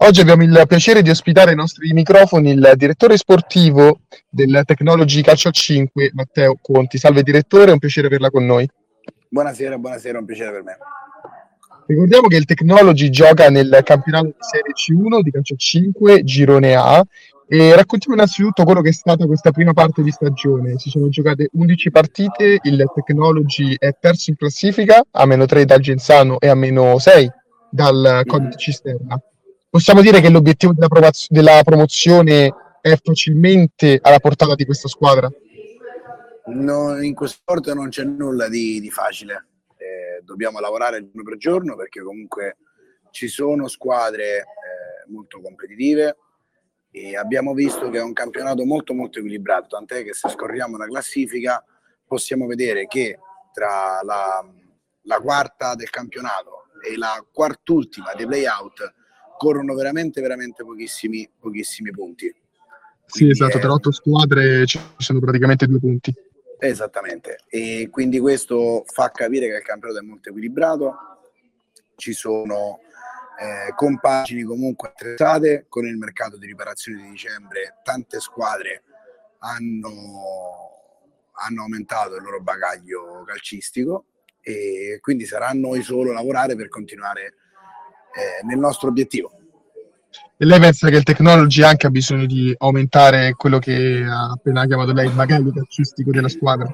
Oggi abbiamo il piacere di ospitare ai nostri microfoni il direttore sportivo del Technology Calcio a 5, Matteo Conti. Salve direttore, è un piacere averla con noi. Buonasera, un piacere per me. Ricordiamo che il Technology gioca nel campionato di Serie C1 di Calcio a 5, Girone A, e raccontiamo innanzitutto quello che è stata questa prima parte di stagione. Si sono giocate 11 partite, il Technology è terzo in classifica, a -3 dal Genzano e a -6 dal Codit Cisterna. Possiamo dire che l'obiettivo della promozione è facilmente alla portata di questa squadra? No, in questo sport non c'è nulla di facile, dobbiamo lavorare giorno per giorno perché comunque ci sono squadre molto competitive e abbiamo visto che è un campionato molto molto equilibrato, tant'è che se scorriamo la classifica possiamo vedere che tra la quarta del campionato e la quart'ultima dei play-out corrono veramente pochissimi punti. Sì, esatto, tra 8 squadre ci sono praticamente 2 punti. Esattamente, e quindi questo fa capire che il campionato è molto equilibrato, ci sono compagini comunque attrezzate. Con il mercato di riparazione di dicembre tante squadre hanno aumentato il loro bagaglio calcistico e quindi sarà a noi solo lavorare per continuare nel nostro obiettivo. E lei pensa che il Technology anche ha bisogno di aumentare quello che ha appena chiamato lei il bagaglio calcistico della squadra?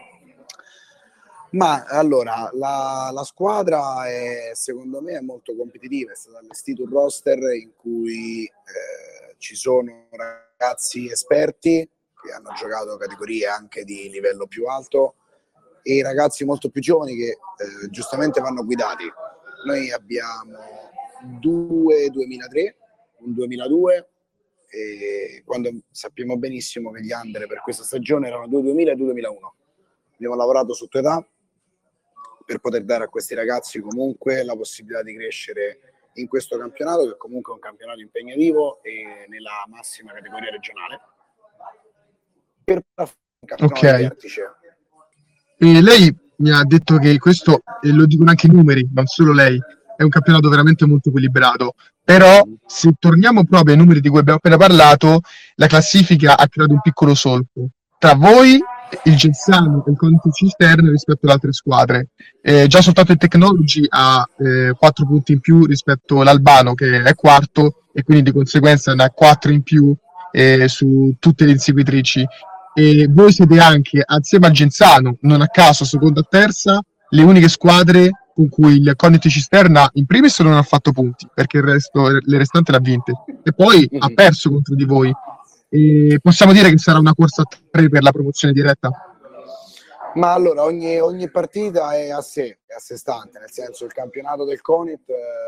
Ma allora, la squadra secondo me è molto competitiva, è stato allestito un roster in cui ci sono ragazzi esperti che hanno giocato categorie anche di livello più alto e ragazzi molto più giovani che giustamente vanno guidati. Noi abbiamo 2003, un 2002, e quando sappiamo benissimo che gli under per questa stagione erano 2000 e 2001. Abbiamo lavorato sotto età per poter dare a questi ragazzi comunque la possibilità di crescere in questo campionato, che comunque è un campionato impegnativo e nella massima categoria regionale, per un campionato di vertice. E lei mi ha detto che questo, e lo dicono anche i numeri, non solo lei, è un campionato veramente molto equilibrato, però se torniamo proprio ai numeri di cui abbiamo appena parlato, la classifica ha creato un piccolo solco tra voi, il Genzano e il Conti Cisterna rispetto alle altre squadre. Già soltanto il Technology ha 4 punti in più rispetto all'Albano, che è quarto, e quindi di conseguenza ne ha 4 in più su tutte le inseguitrici. E voi siete anche, assieme al Genzano, non a caso, seconda e terza, le uniche squadre con cui il Cognitive Cisterna in primis non ha fatto punti, perché le restanti l'ha vinte, e poi ha perso contro di voi. E possiamo dire che sarà una corsa a 3 per la promozione diretta? Ma allora, ogni partita è a sé stante, nel senso il campionato del Conit,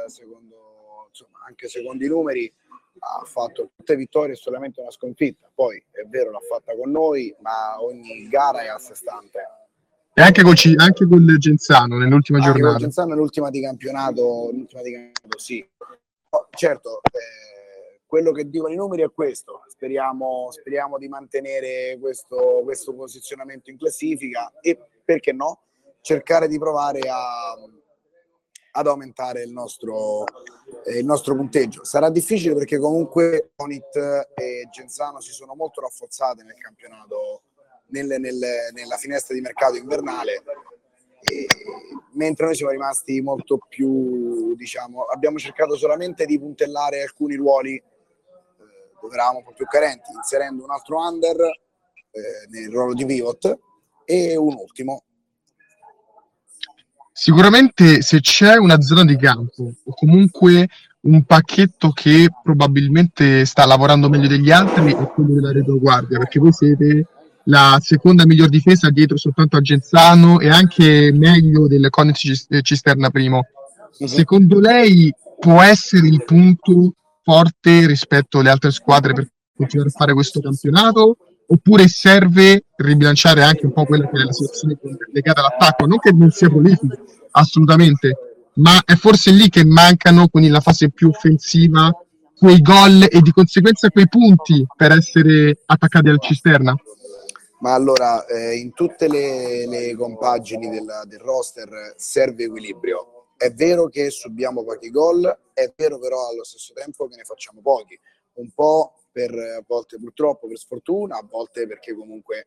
anche secondo i numeri, ha fatto tutte vittorie e solamente una sconfitta. Poi è vero, l'ha fatta con noi, ma ogni gara è a sé stante. E anche con il Genzano nell'ultima giornata. Con il Genzano nell'ultima di campionato, sì. No, certo, quello che dicono i numeri è questo. Speriamo di mantenere questo posizionamento in classifica e, perché no, cercare di provare ad aumentare il nostro punteggio. Sarà difficile perché comunque Conit e Genzano si sono molto rafforzate nel campionato, nella finestra di mercato invernale, mentre noi siamo rimasti molto più, abbiamo cercato solamente di puntellare alcuni ruoli dove eravamo un po' più carenti, inserendo un altro under nel ruolo di pivot e un ultimo. Sicuramente se c'è una zona di campo o comunque un pacchetto che probabilmente sta lavorando meglio degli altri è quello della retroguardia, perché voi siete la seconda miglior difesa dietro soltanto a Genzano e anche meglio del Cognitive Cisterna primo. Secondo lei può essere il punto forte rispetto alle altre squadre per continuare a fare questo campionato? Oppure serve ribilanciare anche un po' quella che è la situazione legata all'attacco? Non che non sia prolifico, assolutamente, ma è forse lì che mancano, quindi la fase più offensiva, quei gol e di conseguenza quei punti per essere attaccati al Cisterna? Ma allora, in tutte le compagini del roster serve equilibrio. È vero che subiamo pochi gol, è vero però allo stesso tempo che ne facciamo pochi, un po' per a volte purtroppo per sfortuna, a volte perché comunque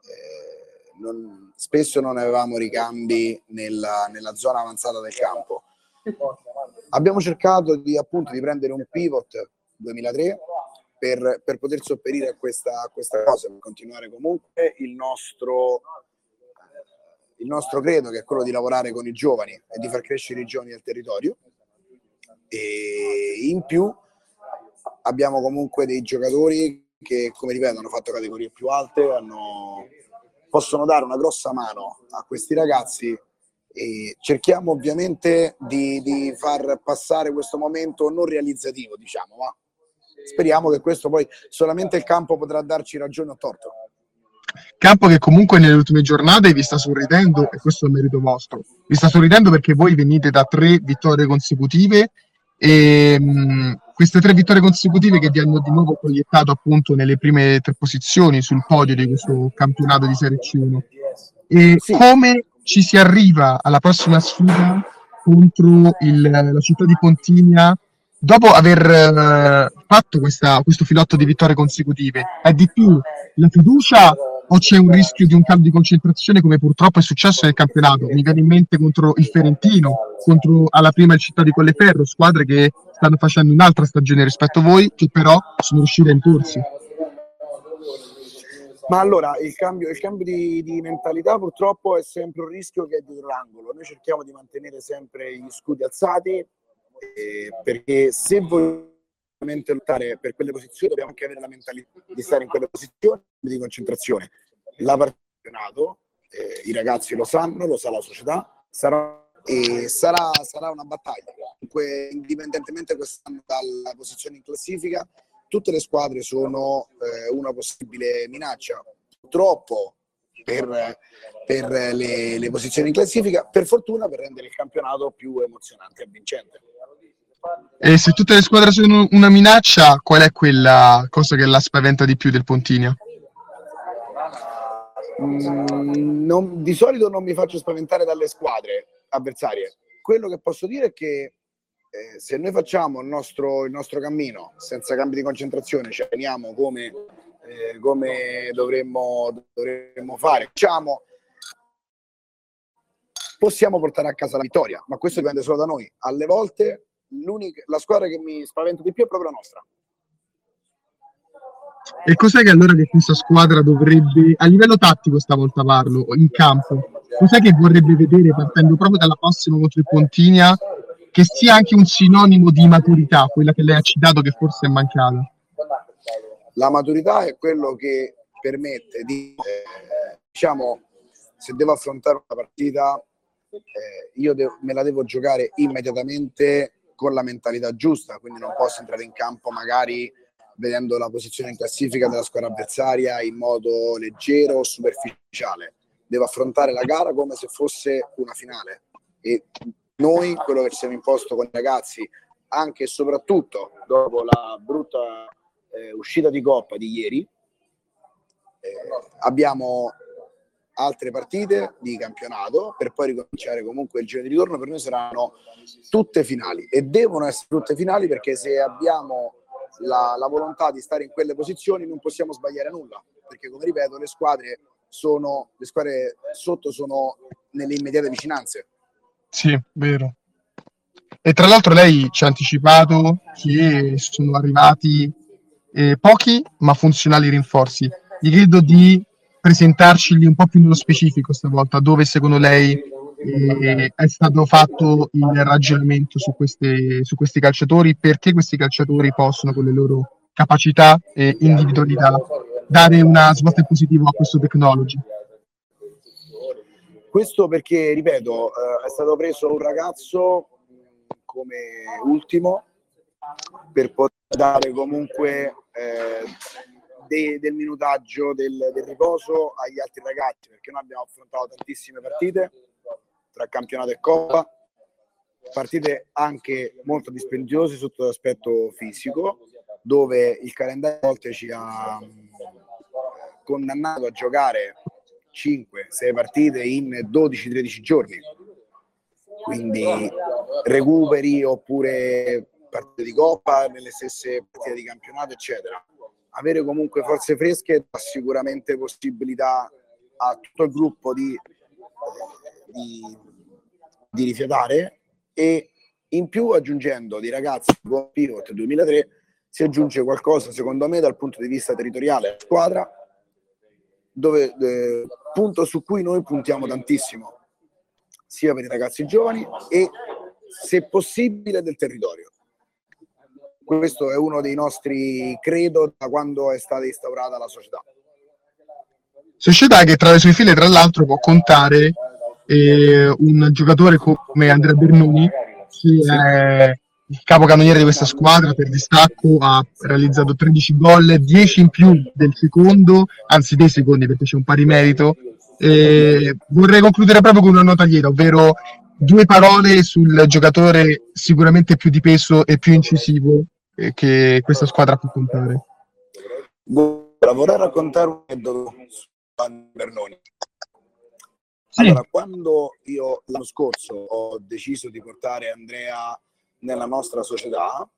spesso non avevamo ricambi nella zona avanzata del campo. Abbiamo cercato di prendere un pivot 2003 per poter sopperire a questa cosa, per continuare comunque il nostro credo, che è quello di lavorare con i giovani e di far crescere i giovani del territorio. E in più abbiamo comunque dei giocatori che, come ripeto, hanno fatto categorie più alte, possono dare una grossa mano a questi ragazzi, e cerchiamo ovviamente di far passare questo momento non realizzativo, diciamo, ma speriamo che questo poi solamente il campo potrà darci ragione o torto. Campo che comunque nelle ultime giornate vi sta sorridendo, e questo è un merito vostro. Vi sta sorridendo perché voi venite da 3 vittorie consecutive, e queste 3 vittorie consecutive che vi hanno di nuovo proiettato appunto nelle prime 3 posizioni sul podio di questo campionato di Serie C1. E Sì. come ci si arriva alla prossima sfida contro la città di Pontigna dopo aver fatto questo filotto di vittorie consecutive? È di più la fiducia o c'è un rischio di un cambio di concentrazione come purtroppo è successo nel campionato? Mi viene in mente contro il Ferentino, contro alla prima il Città di Colleferro, squadre che stanno facendo un'altra stagione rispetto a voi, che però sono riuscite a imporsi. Ma allora, il cambio di mentalità purtroppo è sempre un rischio che è dietro l'angolo. Noi cerchiamo di mantenere sempre gli scudi alzati, perché se vogliamo lottare per quelle posizioni dobbiamo anche avere la mentalità di stare in quelle posizioni di concentrazione. La partita i ragazzi lo sanno, lo sa la società, sarà una battaglia. Comunque, indipendentemente quest'anno dalla posizione in classifica, tutte le squadre sono una possibile minaccia. Purtroppo per le posizioni in classifica, per fortuna per rendere il campionato più emozionante e vincente. E se tutte le squadre sono una minaccia, qual è quella cosa che la spaventa di più del Pontinia? Di solito non mi faccio spaventare dalle squadre avversarie. Quello che posso dire è che se noi facciamo il nostro cammino senza cambi di concentrazione, ci alleniamo come dovremmo fare, diciamo, possiamo portare a casa la vittoria, ma questo dipende solo da noi. Alle volte la squadra che mi spaventa di più è proprio la nostra. E cos'è che allora che questa squadra dovrebbe, a livello tattico stavolta parlo, in campo, cos'è che vorrebbe vedere partendo proprio dalla prossima contro il Pontinia, che sia anche un sinonimo di maturità, quella che lei ha citato che forse è mancata? La maturità è quello che permette di, diciamo, se devo affrontare una partita, me la devo giocare immediatamente con la mentalità giusta, quindi non posso entrare in campo magari vedendo la posizione in classifica della squadra avversaria in modo leggero o superficiale. Devo affrontare la gara come se fosse una finale, e noi quello che ci siamo imposto con i ragazzi, anche e soprattutto dopo la brutta uscita di Coppa di ieri, abbiamo altre partite di campionato per poi ricominciare. Comunque il giro di ritorno per noi saranno tutte finali, e devono essere tutte finali, perché se abbiamo la volontà di stare in quelle posizioni non possiamo sbagliare nulla, perché come ripeto le squadre sotto sono nelle immediate vicinanze. Sì, vero. E tra l'altro lei ci ha anticipato che sono arrivati pochi ma funzionali rinforzi. Gli chiedo di presentarceli un po' più nello specifico stavolta, dove secondo lei è stato fatto il ragionamento su questi calciatori, perché questi calciatori possono con le loro capacità e individualità dare una svolta in positivo a questo technology. Questo perché, ripeto, è stato preso un ragazzo come ultimo per poter dare comunque del minutaggio, del riposo agli altri ragazzi, perché noi abbiamo affrontato tantissime partite tra campionato e Coppa, partite anche molto dispendiose sotto l'aspetto fisico, dove il calendario a volte ci ha condannato a giocare 5-6 partite in 12-13 giorni. Quindi recuperi oppure partite di coppa nelle stesse partite di campionato, eccetera. Avere comunque forze fresche dà sicuramente possibilità a tutto il gruppo di rifiatare, e in più, aggiungendo dei ragazzi con Pivot 2003, si aggiunge qualcosa secondo me dal punto di vista territoriale alla squadra, dove punto su cui noi puntiamo tantissimo, sia per i ragazzi giovani e, se possibile, del territorio. Questo è uno dei nostri credo da quando è stata instaurata la società. Società che tra le sue file, tra l'altro, può contare un giocatore come Andrea Bernoni, che è il capocannoniere di questa squadra per distacco, ha realizzato 13 gol, 10 in più del secondo, anzi dei secondi perché c'è un pari merito. Vorrei concludere proprio con una nota lieta, ovvero 2 parole sul giocatore sicuramente più di peso e più incisivo che questa squadra può contare. Vorrei raccontare un aneddoto su Bernoni. Allora, quando io l'anno scorso ho deciso di portare Andrea nella nostra società,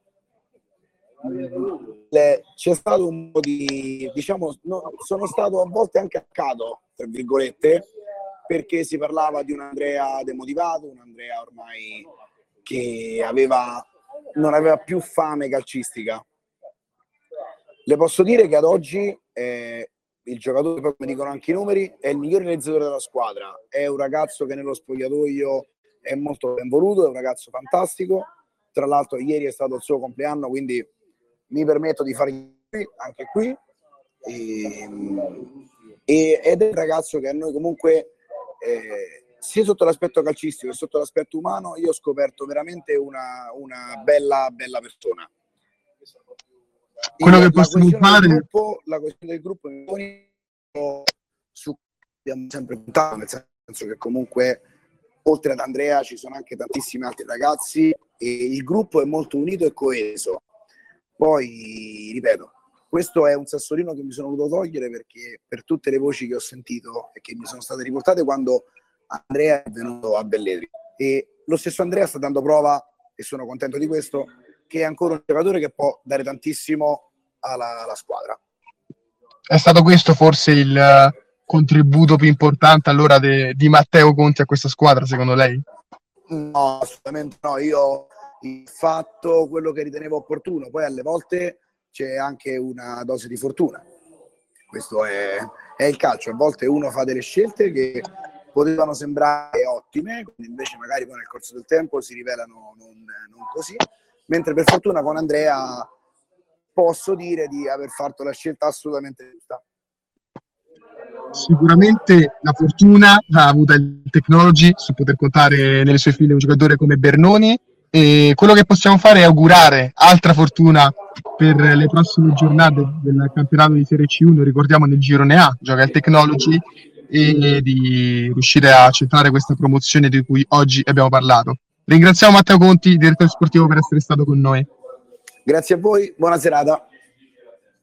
c'è stato un po' di, diciamo, sono stato a volte anche accato, tra virgolette, perché si parlava di un Andrea demotivato, un Andrea ormai che non aveva più fame calcistica. Le posso dire che ad oggi il giocatore, come dicono anche i numeri, è il miglior realizzatore della squadra. È un ragazzo che nello spogliatoio è molto ben voluto, è un ragazzo fantastico. Tra l'altro ieri è stato il suo compleanno, quindi mi permetto di fare anche qui. Ed è un ragazzo che a noi comunque, sia sotto l'aspetto calcistico che sotto l'aspetto umano, io ho scoperto veramente una bella persona. Quello che possiamo fare, la questione del gruppo su cui abbiamo sempre puntato, nel senso che comunque oltre ad Andrea ci sono anche tantissimi altri ragazzi e il gruppo è molto unito e coeso. Poi ripeto, questo è un sassolino che mi sono voluto togliere, perché per tutte le voci che ho sentito e che mi sono state riportate quando Andrea è venuto a Belletri, e lo stesso Andrea sta dando prova, e sono contento di questo, che è ancora un giocatore che può dare tantissimo alla squadra. È stato questo forse il contributo più importante allora di Matteo Conti a questa squadra, secondo lei? No, assolutamente no. Io ho fatto quello che ritenevo opportuno, poi alle volte c'è anche una dose di fortuna. Questo è il calcio. A volte uno fa delle scelte che potevano sembrare ottime, invece magari poi nel corso del tempo si rivelano non così. Mentre per fortuna con Andrea posso dire di aver fatto la scelta assolutamente giusta. Sicuramente la fortuna l'ha avuta il Technology su poter contare nelle sue file un giocatore come Bernoni, e quello che possiamo fare è augurare altra fortuna per le prossime giornate del campionato di Serie C1. Ricordiamo, nel girone A gioca il Technology, e di riuscire a accettare questa promozione di cui oggi abbiamo parlato. Ringraziamo Matteo Conti, direttore sportivo, per essere stato con noi. Grazie a voi, buona serata.